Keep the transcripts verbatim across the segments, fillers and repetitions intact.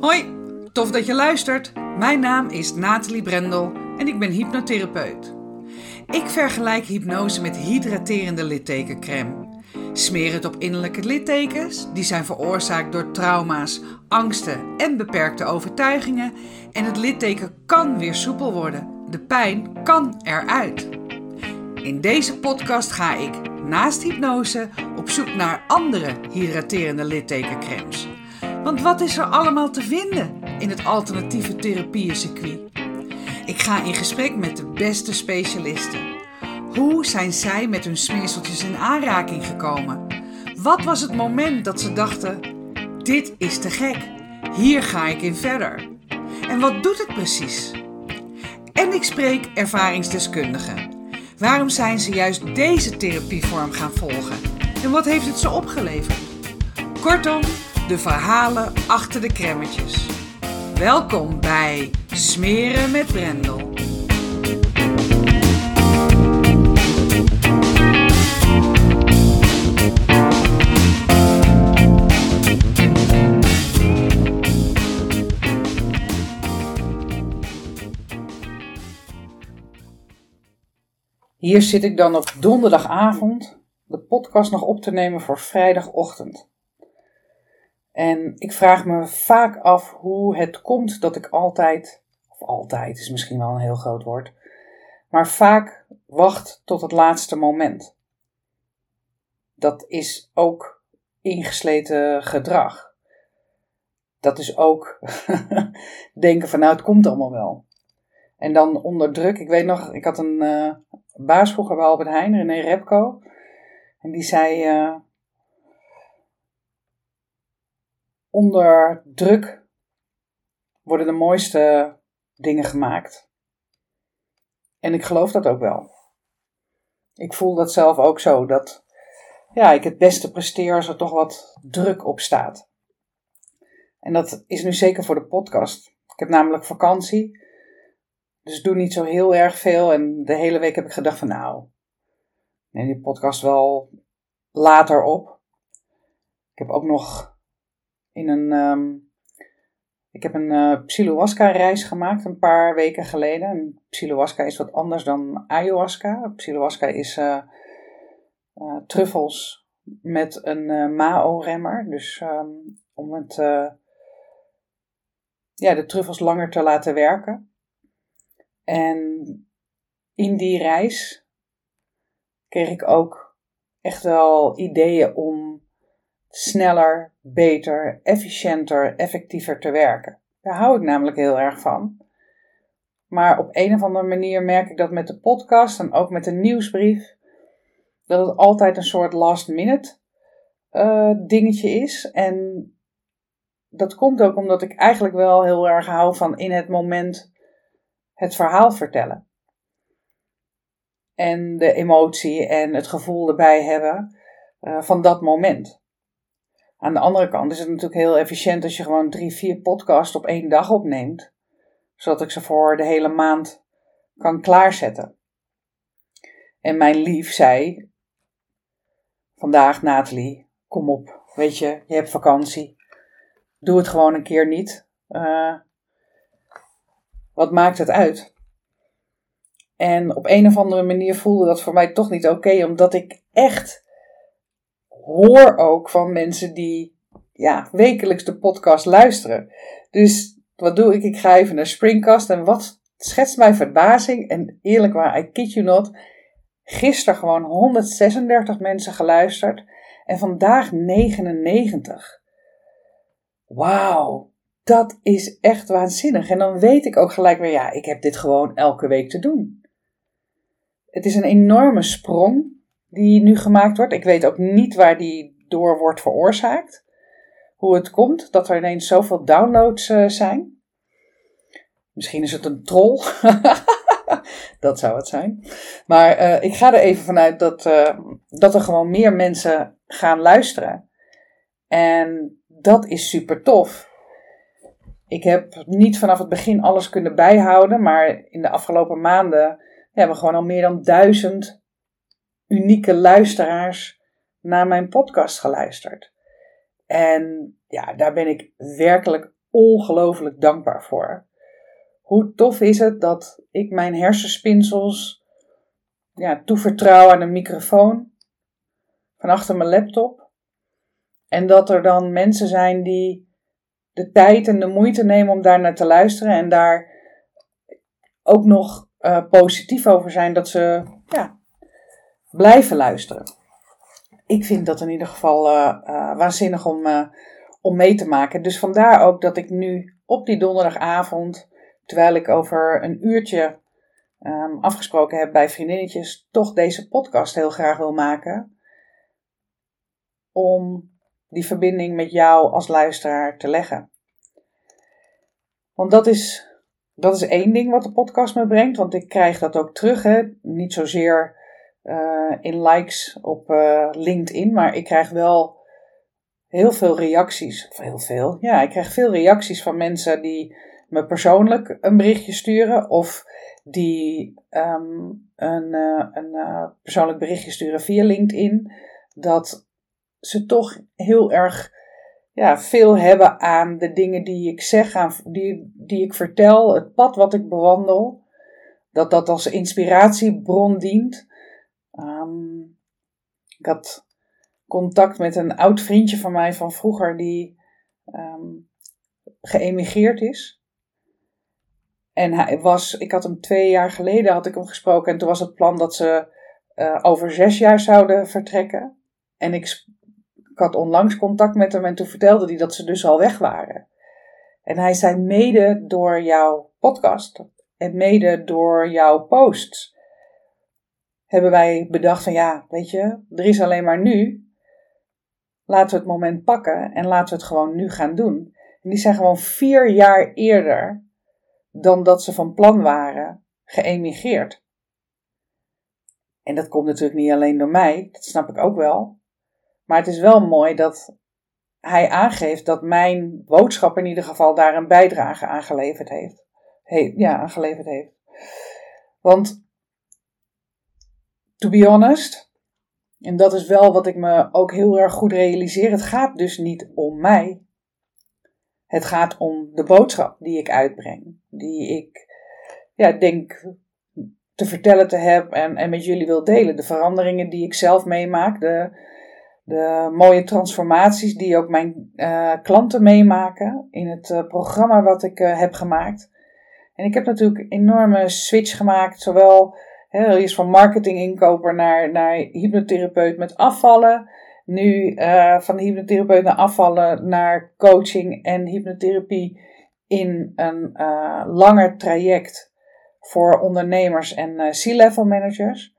Hoi, tof dat je luistert. Mijn naam is Nathalie Brendel en ik ben hypnotherapeut. Ik vergelijk hypnose met hydraterende littekencrème. Smeer het op innerlijke littekens, die zijn veroorzaakt door trauma's, angsten en beperkte overtuigingen. En het litteken kan weer soepel worden. De pijn kan eruit. In deze podcast ga ik, naast hypnose, op zoek naar andere hydraterende littekencrèmes. Want wat is er allemaal te vinden in het alternatieve therapieëncircuit? Ik ga in gesprek met de beste specialisten. Hoe zijn zij met hun smeerseltjes in aanraking gekomen? Wat was het moment dat ze dachten, dit is te gek, hier ga ik in verder? En wat doet het precies? En ik spreek ervaringsdeskundigen. Waarom zijn ze juist deze therapievorm gaan volgen? En wat heeft het ze opgeleverd? Kortom, de verhalen achter de crèmetjes. Welkom bij Smeren met Brendel. Hier zit ik dan op donderdagavond de podcast nog op te nemen voor vrijdagochtend. En ik vraag me vaak af hoe het komt dat ik altijd, of altijd is misschien wel een heel groot woord, maar vaak wacht tot het laatste moment. Dat is ook ingesleten gedrag. Dat is ook denken van nou het komt allemaal wel. En dan onder druk, ik weet nog, ik had een uh, baas vroeger bij Albert Heijn, René Repko. En die zei, uh, onder druk worden de mooiste dingen gemaakt. En ik geloof dat ook wel. Ik voel dat zelf ook zo, dat ja, ik het beste presteer als er toch wat druk op staat. En dat is nu zeker voor de podcast. Ik heb namelijk vakantie. Dus ik doe niet zo heel erg veel. En de hele week heb ik gedacht van nou, neem die podcast wel later op. Ik heb ook nog in een, um, ik heb een uh, Psilohuasca reis gemaakt een paar weken geleden. En Psilohuasca is wat anders dan ayahuasca. Psilohuasca is uh, uh, truffels met een uh, Mao-remmer. Dus um, om het, uh, ja, de truffels langer te laten werken. En in die reis kreeg ik ook echt wel ideeën om sneller, beter, efficiënter, effectiever te werken. Daar hou ik namelijk heel erg van. Maar op een of andere manier merk ik dat met de podcast en ook met de nieuwsbrief, dat het altijd een soort last minute uh, dingetje is. En dat komt ook omdat ik eigenlijk wel heel erg hou van in het moment het verhaal vertellen. En de emotie en het gevoel erbij hebben uh, van dat moment. Aan de andere kant is het natuurlijk heel efficiënt als je gewoon drie, vier podcasts op één dag opneemt. Zodat ik ze voor de hele maand kan klaarzetten. En mijn lief zei, vandaag Nathalie, kom op, weet je, je hebt vakantie. Doe het gewoon een keer niet. Uh, Wat maakt het uit? En op een of andere manier voelde dat voor mij toch niet oké, okay, omdat ik echt hoor ook van mensen die ja, wekelijks de podcast luisteren. Dus wat doe ik? Ik ga even naar Springcast en wat schetst mijn verbazing? En eerlijk waar, I kid you not, gisteren gewoon honderdzesendertig mensen geluisterd en vandaag negenennegentig. Wauw! Dat is echt waanzinnig. En dan weet ik ook gelijk weer, ja, ik heb dit gewoon elke week te doen. Het is een enorme sprong die nu gemaakt wordt. Ik weet ook niet waar die door wordt veroorzaakt. Hoe het komt dat er ineens zoveel downloads uh, zijn. Misschien is het een troll. Dat zou het zijn. Maar uh, ik ga er even vanuit dat, uh, dat er gewoon meer mensen gaan luisteren. En dat is super tof. Ik heb niet vanaf het begin alles kunnen bijhouden, maar in de afgelopen maanden hebben we gewoon al meer dan duizend unieke luisteraars naar mijn podcast geluisterd. En ja, daar ben ik werkelijk ongelooflijk dankbaar voor. Hoe tof is het dat ik mijn hersenspinsels ja, toevertrouw aan een microfoon van achter mijn laptop. En dat er dan mensen zijn die de tijd en de moeite nemen om daar naar te luisteren. En daar ook nog uh, positief over zijn dat ze ja, blijven luisteren. Ik vind dat in ieder geval uh, uh, waanzinnig om, uh, om mee te maken. Dus vandaar ook dat ik nu op die donderdagavond, terwijl ik over een uurtje um, afgesproken heb bij vriendinnetjes, toch deze podcast heel graag wil maken. Om die verbinding met jou als luisteraar te leggen. Want dat is, dat is één ding wat de podcast me brengt. Want ik krijg dat ook terug. Hè? Niet zozeer uh, in likes op uh, LinkedIn. Maar ik krijg wel heel veel reacties. Of heel veel. Ja, ik krijg veel reacties van mensen die me persoonlijk een berichtje sturen. Of die um, een, uh, een uh, persoonlijk berichtje sturen via LinkedIn. Dat ze toch heel erg ja, veel hebben aan de dingen die ik zeg, aan, die, die ik vertel, het pad wat ik bewandel, dat dat als inspiratiebron dient. Um, ik had contact met een oud vriendje van mij van vroeger die um, geëmigreerd is. En hij was, ik had hem twee jaar geleden had ik hem gesproken en toen was het plan dat ze uh, over zes jaar zouden vertrekken. En ik Ik had onlangs contact met hem en toen vertelde hij dat ze dus al weg waren. En hij zei, mede door jouw podcast en mede door jouw posts hebben wij bedacht van ja, weet je, er is alleen maar nu. Laten we het moment pakken en laten we het gewoon nu gaan doen. En die zijn gewoon vier jaar eerder dan dat ze van plan waren geëmigreerd. En dat komt natuurlijk niet alleen door mij, dat snap ik ook wel. Maar het is wel mooi dat hij aangeeft dat mijn boodschap in ieder geval daar een bijdrage aan geleverd heeft. He, ja, aan geleverd heeft. Want, to be honest, en dat is wel wat ik me ook heel erg goed realiseer, het gaat dus niet om mij. Het gaat om de boodschap die ik uitbreng. Die ik, ja, denk te vertellen te hebben en, en met jullie wil delen. De veranderingen die ik zelf meemaak, de... De mooie transformaties die ook mijn uh, klanten meemaken in het uh, programma wat ik uh, heb gemaakt. En ik heb natuurlijk een enorme switch gemaakt. Zowel he, eerst van marketinginkoper naar, naar hypnotherapeut met afvallen. Nu uh, van hypnotherapeut naar afvallen naar coaching en hypnotherapie in een uh, langer traject voor ondernemers en uh, C-level managers.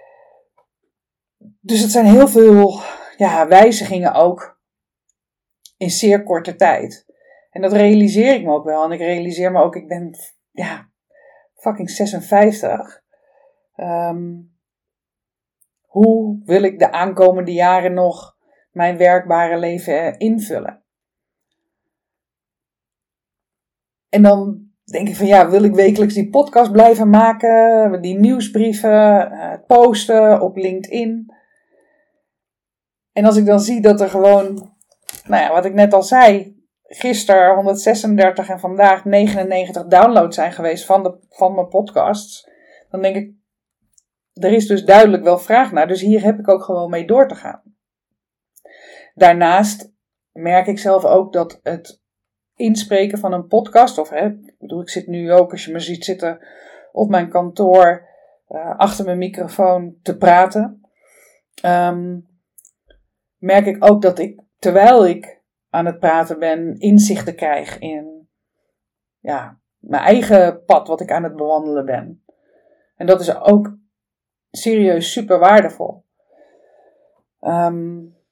Dus het zijn heel veel... Ja, wijzigingen ook in zeer korte tijd. En dat realiseer ik me ook wel. En ik realiseer me ook, ik ben ja, fucking zesenvijftig. Um, hoe wil ik de aankomende jaren nog mijn werkbare leven invullen? En dan denk ik van ja, wil ik wekelijks die podcast blijven maken? Die nieuwsbrieven, uh, posten op LinkedIn? En als ik dan zie dat er gewoon, nou ja, wat ik net al zei, gisteren honderdzesendertig en vandaag negenennegentig downloads zijn geweest van, de, van mijn podcasts, dan denk ik, er is dus duidelijk wel vraag naar, dus hier heb ik ook gewoon mee door te gaan. Daarnaast merk ik zelf ook dat het inspreken van een podcast, of hè, ik bedoel, ik zit nu ook, als je me ziet zitten op mijn kantoor, uh, achter mijn microfoon te praten, um, merk ik ook dat ik, terwijl ik aan het praten ben, inzichten krijg in ja, mijn eigen pad wat ik aan het bewandelen ben. En dat is ook serieus super waardevol. Um,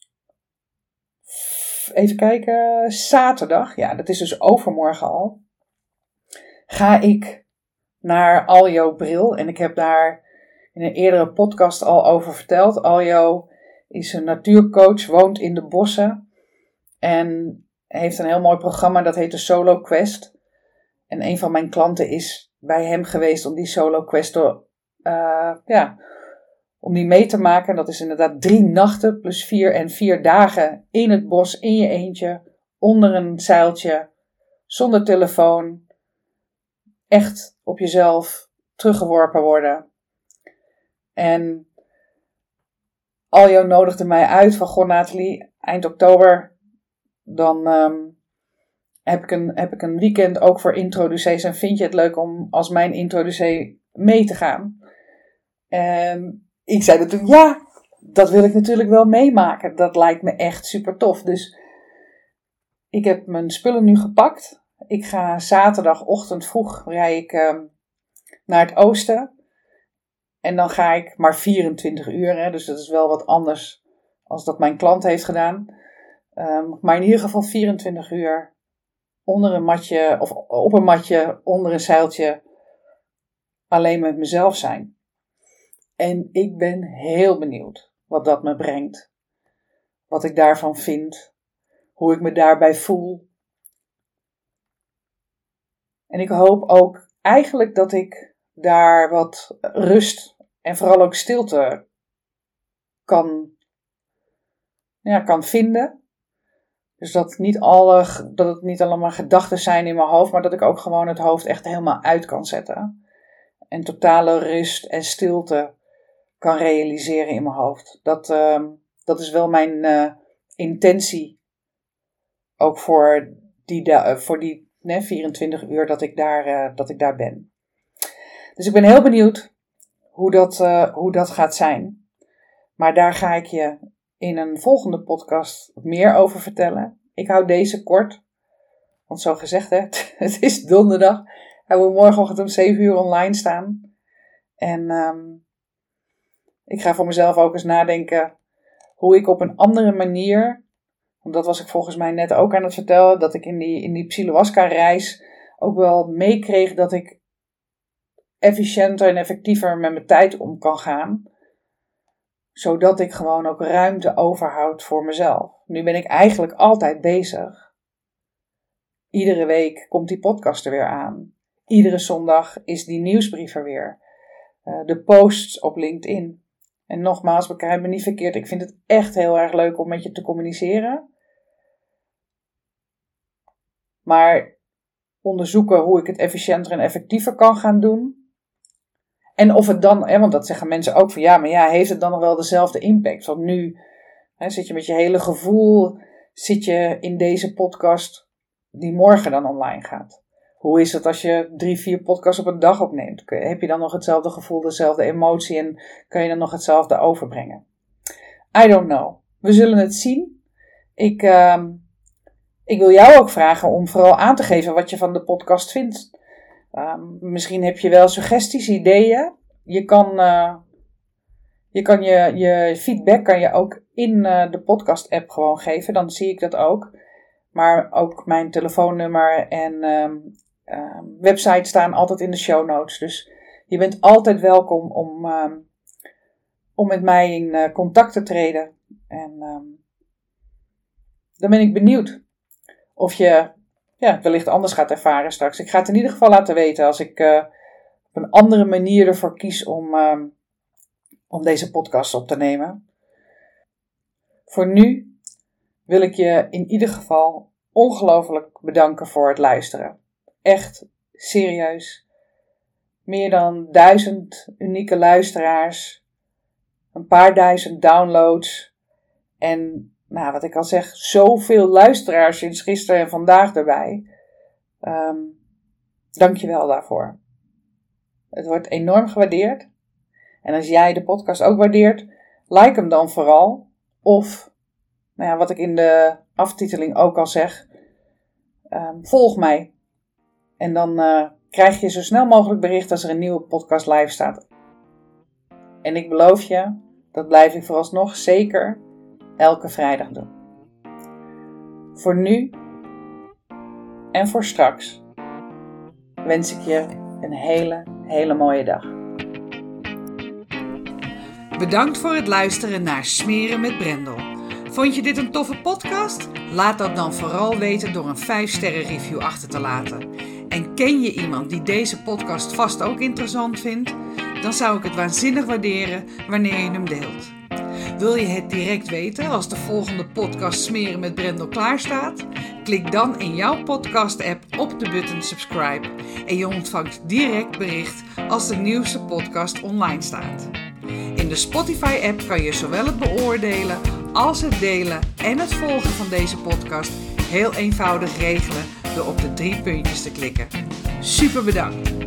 even kijken, zaterdag, ja, dat is dus overmorgen al, ga ik naar Aljo Bril. En ik heb daar in een eerdere podcast al over verteld. Aljo is een natuurcoach, woont in de bossen en heeft een heel mooi programma dat heet de Solo Quest. En een van mijn klanten is bij hem geweest om die Solo Quest te, uh, ja, om die mee te maken. Dat is inderdaad drie nachten plus vier en vier dagen in het bos, in je eentje, onder een zeiltje, zonder telefoon, echt op jezelf teruggeworpen worden. En Aljo nodigde mij uit van, goh Nathalie, eind oktober, dan um, heb, ik een, heb ik een weekend ook voor introducees en vind je het leuk om als mijn introducee mee te gaan? En ik zei toen, ja, dat wil ik natuurlijk wel meemaken. Dat lijkt me echt super tof. Dus ik heb mijn spullen nu gepakt. Ik ga zaterdagochtend vroeg rij ik uh, naar het oosten. En dan ga ik maar vierentwintig uur. Hè, dus dat is wel wat anders als dat mijn klant heeft gedaan. Um, maar in ieder geval vierentwintig uur onder een matje of op een matje onder een zeiltje alleen met mezelf zijn. En ik ben heel benieuwd wat dat me brengt. Wat ik daarvan vind. Hoe ik me daarbij voel. En ik hoop ook eigenlijk dat ik daar wat rust en vooral ook stilte kan, ja, kan vinden. Dus dat, niet alle, dat het niet allemaal gedachten zijn in mijn hoofd, maar dat ik ook gewoon het hoofd echt helemaal uit kan zetten. En totale rust en stilte kan realiseren in mijn hoofd. Dat, uh, dat is wel mijn uh, intentie. Ook voor die, uh, voor die nee, vierentwintig uur dat ik, daar, uh, dat ik daar ben. Dus ik ben heel benieuwd hoe dat, uh, hoe dat gaat zijn. Maar daar ga ik je in een volgende podcast meer over vertellen. Ik hou deze kort. Want zo gezegd, hè, het is donderdag. Hij moet morgenochtend om zeven uur online staan. En um, ik ga voor mezelf ook eens nadenken hoe ik op een andere manier, want dat was ik volgens mij net ook aan het vertellen, dat ik in die, in die Psilohuasca reis ook wel meekreeg dat ik efficiënter en effectiever met mijn tijd om kan gaan. Zodat ik gewoon ook ruimte overhoud voor mezelf. Nu ben ik eigenlijk altijd bezig. Iedere week komt die podcast er weer aan. Iedere zondag is die nieuwsbrief er weer. Uh, de posts op LinkedIn. En nogmaals, begrijp me niet verkeerd. Ik vind het echt heel erg leuk om met je te communiceren. Maar onderzoeken hoe ik het efficiënter en effectiever kan gaan doen. En of het dan, hè, want dat zeggen mensen ook van ja, maar ja, heeft het dan nog wel dezelfde impact? Want nu hè, zit je met je hele gevoel, zit je in deze podcast die morgen dan online gaat. Hoe is het als je drie, vier podcasts op een dag opneemt? Heb je dan nog hetzelfde gevoel, dezelfde emotie en kan je dan nog hetzelfde overbrengen? I don't know. We zullen het zien. Ik, uh, ik wil jou ook vragen om vooral aan te geven wat je van de podcast vindt. Um, misschien heb je wel suggesties, ideeën. Je kan, uh, je, kan je, je feedback kan je ook in uh, de podcast app gewoon geven. Dan zie ik dat ook. Maar ook mijn telefoonnummer en um, um, website staan altijd in de show notes. Dus je bent altijd welkom om, um, om met mij in uh, contact te treden. En um, dan ben ik benieuwd of je ja, wellicht anders gaat ervaren straks. Ik ga het in ieder geval laten weten als ik uh, op een andere manier ervoor kies om, um, om deze podcast op te nemen. Voor nu wil ik je in ieder geval ongelooflijk bedanken voor het luisteren. Echt serieus. Meer dan duizend unieke luisteraars. Een paar duizend downloads. En nou, wat ik al zeg, zoveel luisteraars sinds gisteren en vandaag erbij. Um, Dank je wel daarvoor. Het wordt enorm gewaardeerd. En als jij de podcast ook waardeert, like hem dan vooral. Of, nou ja, wat ik in de aftiteling ook al zeg, um, volg mij. En dan uh, krijg je zo snel mogelijk bericht als er een nieuwe podcast live staat. En ik beloof je, dat blijf ik vooralsnog zeker elke vrijdag doen. Voor nu en voor straks wens ik je een hele, hele mooie dag. Bedankt voor het luisteren naar Smeren met Brendel. Vond je dit een toffe podcast? Laat dat dan vooral weten door een vijf sterren review achter te laten. En ken je iemand die deze podcast vast ook interessant vindt? Dan zou ik het waanzinnig waarderen wanneer je hem deelt. Wil je het direct weten als de volgende podcast Smeren met Brendel klaar staat? Klik dan in jouw podcast-app op de button subscribe en je ontvangt direct bericht als de nieuwste podcast online staat. In de Spotify-app kan je zowel het beoordelen als het delen en het volgen van deze podcast heel eenvoudig regelen door op de drie puntjes te klikken. Super bedankt!